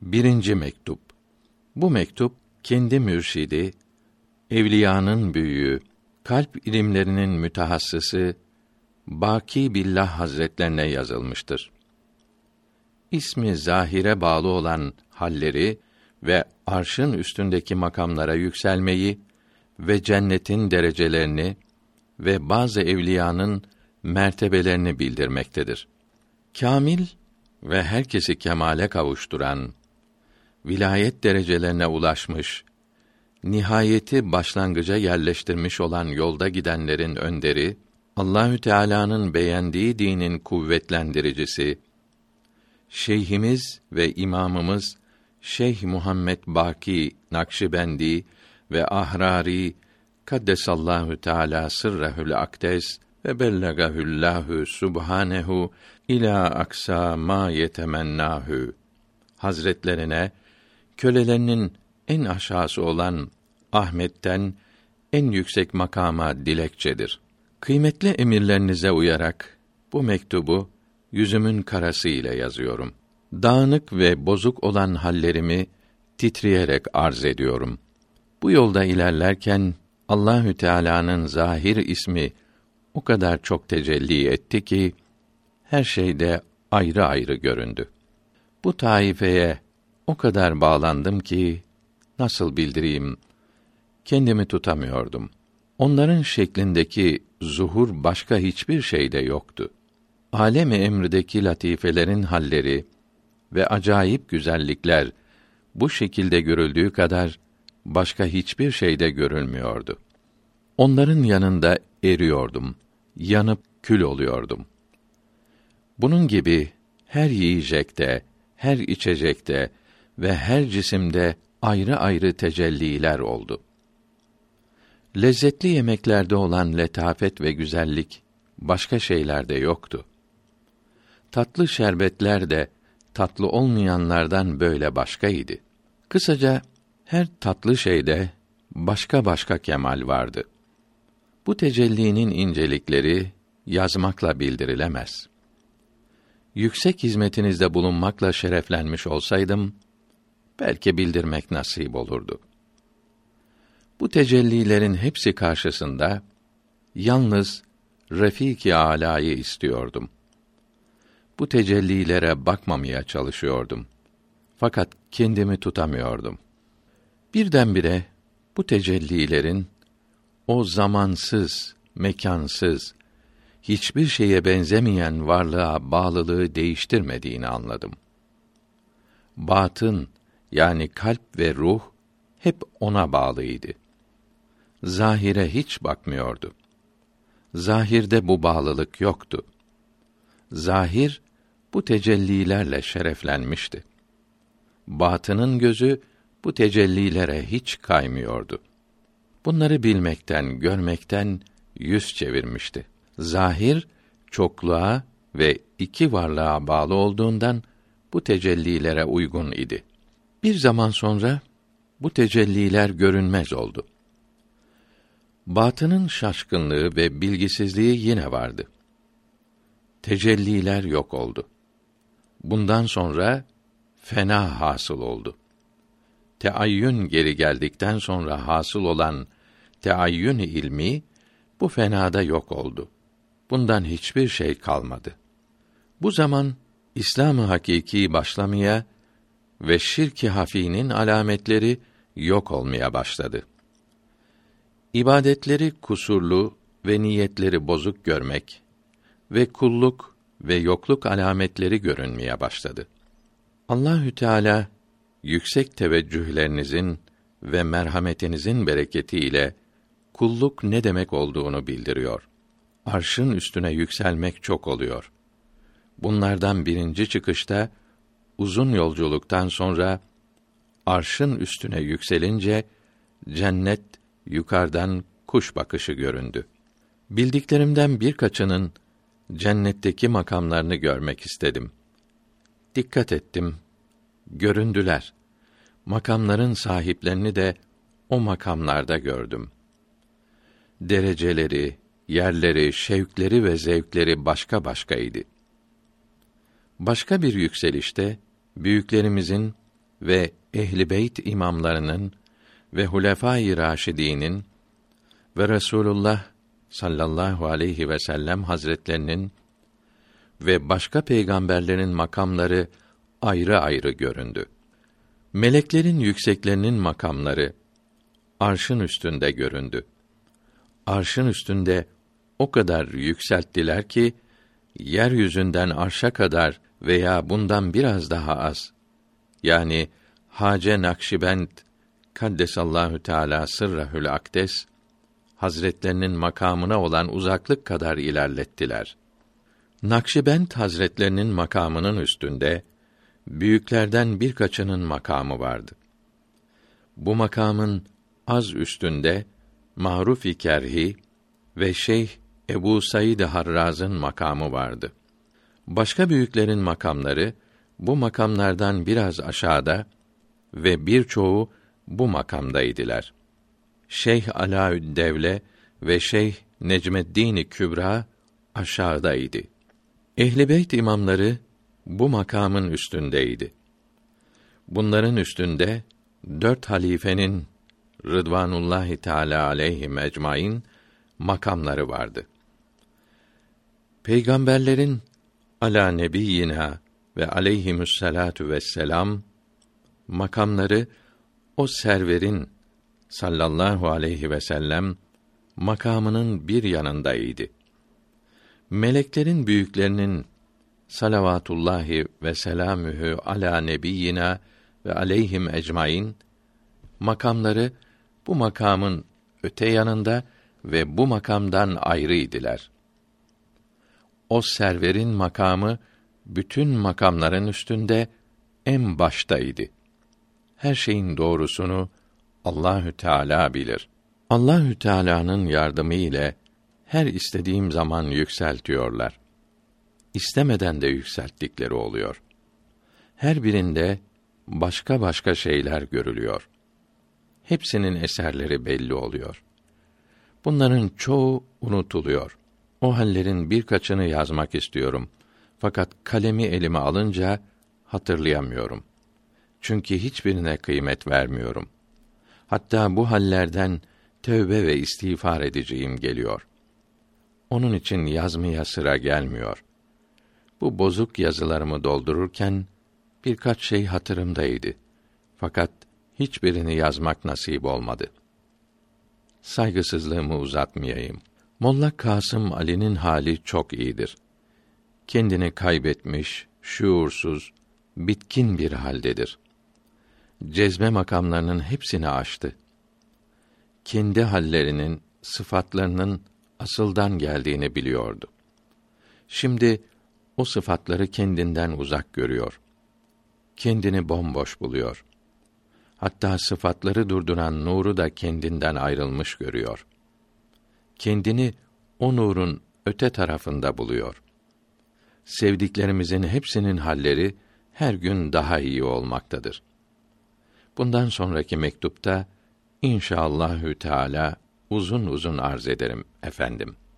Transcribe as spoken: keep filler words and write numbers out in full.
Birinci mektup. Bu mektup kendi mürşidi, evliyanın büyüğü, kalp ilimlerinin mütehassısı Baki Billah Hazretlerine yazılmıştır. İsmi zahire bağlı olan halleri ve arşın üstündeki makamlara yükselmeyi ve cennetin derecelerini ve bazı evliyanın mertebelerini bildirmektedir. Kamil ve herkesi kemale kavuşturan, vilayet derecelerine ulaşmış, nihayeti başlangıca yerleştirmiş olan yolda gidenlerin önderi, Allahü Teala'nın beğendiği dinin kuvvetlendiricisi, şeyhimiz ve imamımız Şeyh Muhammed Baki Nakşibendi ve Ahrari Kaddesallahu Teala sırrehül akdes ve bellagahullahu subhanehu ila aksa ma yetemennahu Hazretlerine kölelerinin en aşağısı olan Ahmet'ten en yüksek makama dilekçedir. Kıymetli emirlerinize uyarak bu mektubu yüzümün karası ile yazıyorum. Dağınık ve bozuk olan hallerimi titreyerek arz ediyorum. Bu yolda ilerlerken Allahü Teala'nın zahir ismi o kadar çok tecelli etti ki her şeyde ayrı ayrı göründü. Bu taifeye o kadar bağlandım ki nasıl bildireyim, kendimi tutamıyordum. Onların şeklindeki zuhur başka hiçbir şeyde yoktu. Alem-i emrdeki latifelerin halleri ve acayip güzellikler bu şekilde görüldüğü kadar başka hiçbir şeyde görülmüyordu. Onların yanında eriyordum, yanıp kül oluyordum. Bunun gibi her yiyecekte, her içecekte ve her cisimde ayrı ayrı tecelliler oldu. Lezzetli yemeklerde olan letafet ve güzellik başka şeylerde yoktu. Tatlı şerbetler de tatlı olmayanlardan böyle başkaydı. Kısaca her tatlı şeyde başka başka kemal vardı. Bu tecellinin incelikleri yazmakla bildirilemez. Yüksek hizmetinizde bulunmakla şereflenmiş olsaydım, belki bildirmek nasip olurdu. Bu tecellilerin hepsi karşısında, yalnız Refîk-i Âlâ'yı istiyordum. Bu tecellilere bakmamaya çalışıyordum. Fakat kendimi tutamıyordum. Birdenbire bu tecellilerin, o zamansız, mekânsız, hiçbir şeye benzemeyen varlığa bağlılığı değiştirmediğini anladım. Batın, yani kalp ve ruh, hep ona bağlıydı. Zahire hiç bakmıyordu. Zahirde bu bağlılık yoktu. Zahir, bu tecellilerle şereflenmişti. Batının gözü, bu tecellilere hiç kaymıyordu. Bunları bilmekten, görmekten yüz çevirmişti. Zahir, çokluğa ve iki varlığa bağlı olduğundan, bu tecellilere uygun idi. Bir zaman sonra, bu tecelliler görünmez oldu. Batının şaşkınlığı ve bilgisizliği yine vardı. Tecelliler yok oldu. Bundan sonra, fena hasıl oldu. Teayyün geri geldikten sonra hasıl olan teayyün ilmi, bu fenada yok oldu. Bundan hiçbir şey kalmadı. Bu zaman, İslam-ı hakiki başlamaya ve şirk-i hafînin alametleri yok olmaya başladı. İbadetleri kusurlu ve niyetleri bozuk görmek ve kulluk ve yokluk alametleri görünmeye başladı. Allahü Teala yüksek teveccühlerinizin ve merhametinizin bereketiyle kulluk ne demek olduğunu bildiriyor. Arşın üstüne yükselmek çok oluyor. Bunlardan birinci çıkışta uzun yolculuktan sonra arşın üstüne yükselince cennet yukarıdan kuş bakışı göründü. Bildiklerimden birkaçının cennetteki makamlarını görmek istedim. Dikkat ettim. Göründüler. Makamların sahiplerini de o makamlarda gördüm. Dereceleri, yerleri, şevkleri ve zevkleri başka başkaydı. Başka bir yükselişte büyüklerimizin ve Ehl-i Beyt imamlarının ve Hulefâ-i Raşidî'nin ve Resulullah sallallahu aleyhi ve sellem hazretlerinin ve başka peygamberlerin makamları ayrı ayrı göründü. Meleklerin yükseklerinin makamları arşın üstünde göründü. Arşın üstünde o kadar yükselttiler ki yeryüzünden arşa kadar veya bundan biraz daha az, yani Hace Nakşibend Kaddesallahu Teala sırrahül akdes hazretlerinin makamına olan uzaklık kadar ilerlettiler. Nakşibend hazretlerinin makamının üstünde büyüklerden birkaçının makamı vardı. Bu makamın az üstünde Maruf-i Kerhi ve Şeyh Ebu Said Harraz'ın makamı vardı. Başka büyüklerin makamları bu makamlardan biraz aşağıda ve birçoğu bu makamdaydılar. Şeyh Alaüddevle ve Şeyh Necmeddin Kübra aşağıdaydı. Ehl-i Beyt imamları bu makamın üstündeydi. Bunların üstünde dört halifenin Rıdvanullahi Teâlâ aleyhim ecmaîn makamları vardı. Peygamberlerin alâ nebiyyina ve aleyhimüsselâtü vesselam makamları o serverin sallallahu aleyhi ve sellem makamının bir yanındaydı. Meleklerin büyüklerinin salavatullahi ve selamühü alâ nebiyyina ve aleyhim ecmaîn makamları bu makamın öte yanında ve bu makamdan ayrıydılar. O serverin makamı bütün makamların üstünde en baştaydı. Her şeyin doğrusunu Allahü Teala bilir. Allahü Teala'nın yardımı ile her istediğim zaman yükseltiyorlar. İstemeden de yükselttikleri oluyor. Her birinde başka başka şeyler görülüyor. Hepsinin eserleri belli oluyor. Bunların çoğu unutuluyor. O hallerin birkaçını yazmak istiyorum. Fakat kalemi elime alınca hatırlayamıyorum. Çünkü hiçbirine kıymet vermiyorum. Hatta bu hallerden tövbe ve istiğfar edeceğim geliyor. Onun için yazmaya sıra gelmiyor. Bu bozuk yazılarımı doldururken birkaç şey hatırımdaydı. Fakat hiçbirini yazmak nasip olmadı. Saygısızlığımı uzatmayayım. Molla Kasım Ali'nin hali çok iyidir. Kendini kaybetmiş, şuursuz, bitkin bir haldedir. Cezbe makamlarının hepsini aştı. Kendi hallerinin, sıfatlarının asıldan geldiğini biliyordu. Şimdi o sıfatları kendinden uzak görüyor. Kendini bomboş buluyor. Hatta sıfatları durduran nuru da kendinden ayrılmış görüyor. Kendini o nurun öte tarafında buluyor. Sevdiklerimizin hepsinin halleri her gün daha iyi olmaktadır. Bundan sonraki mektupta inşallahü teâlâ uzun uzun arz ederim efendim.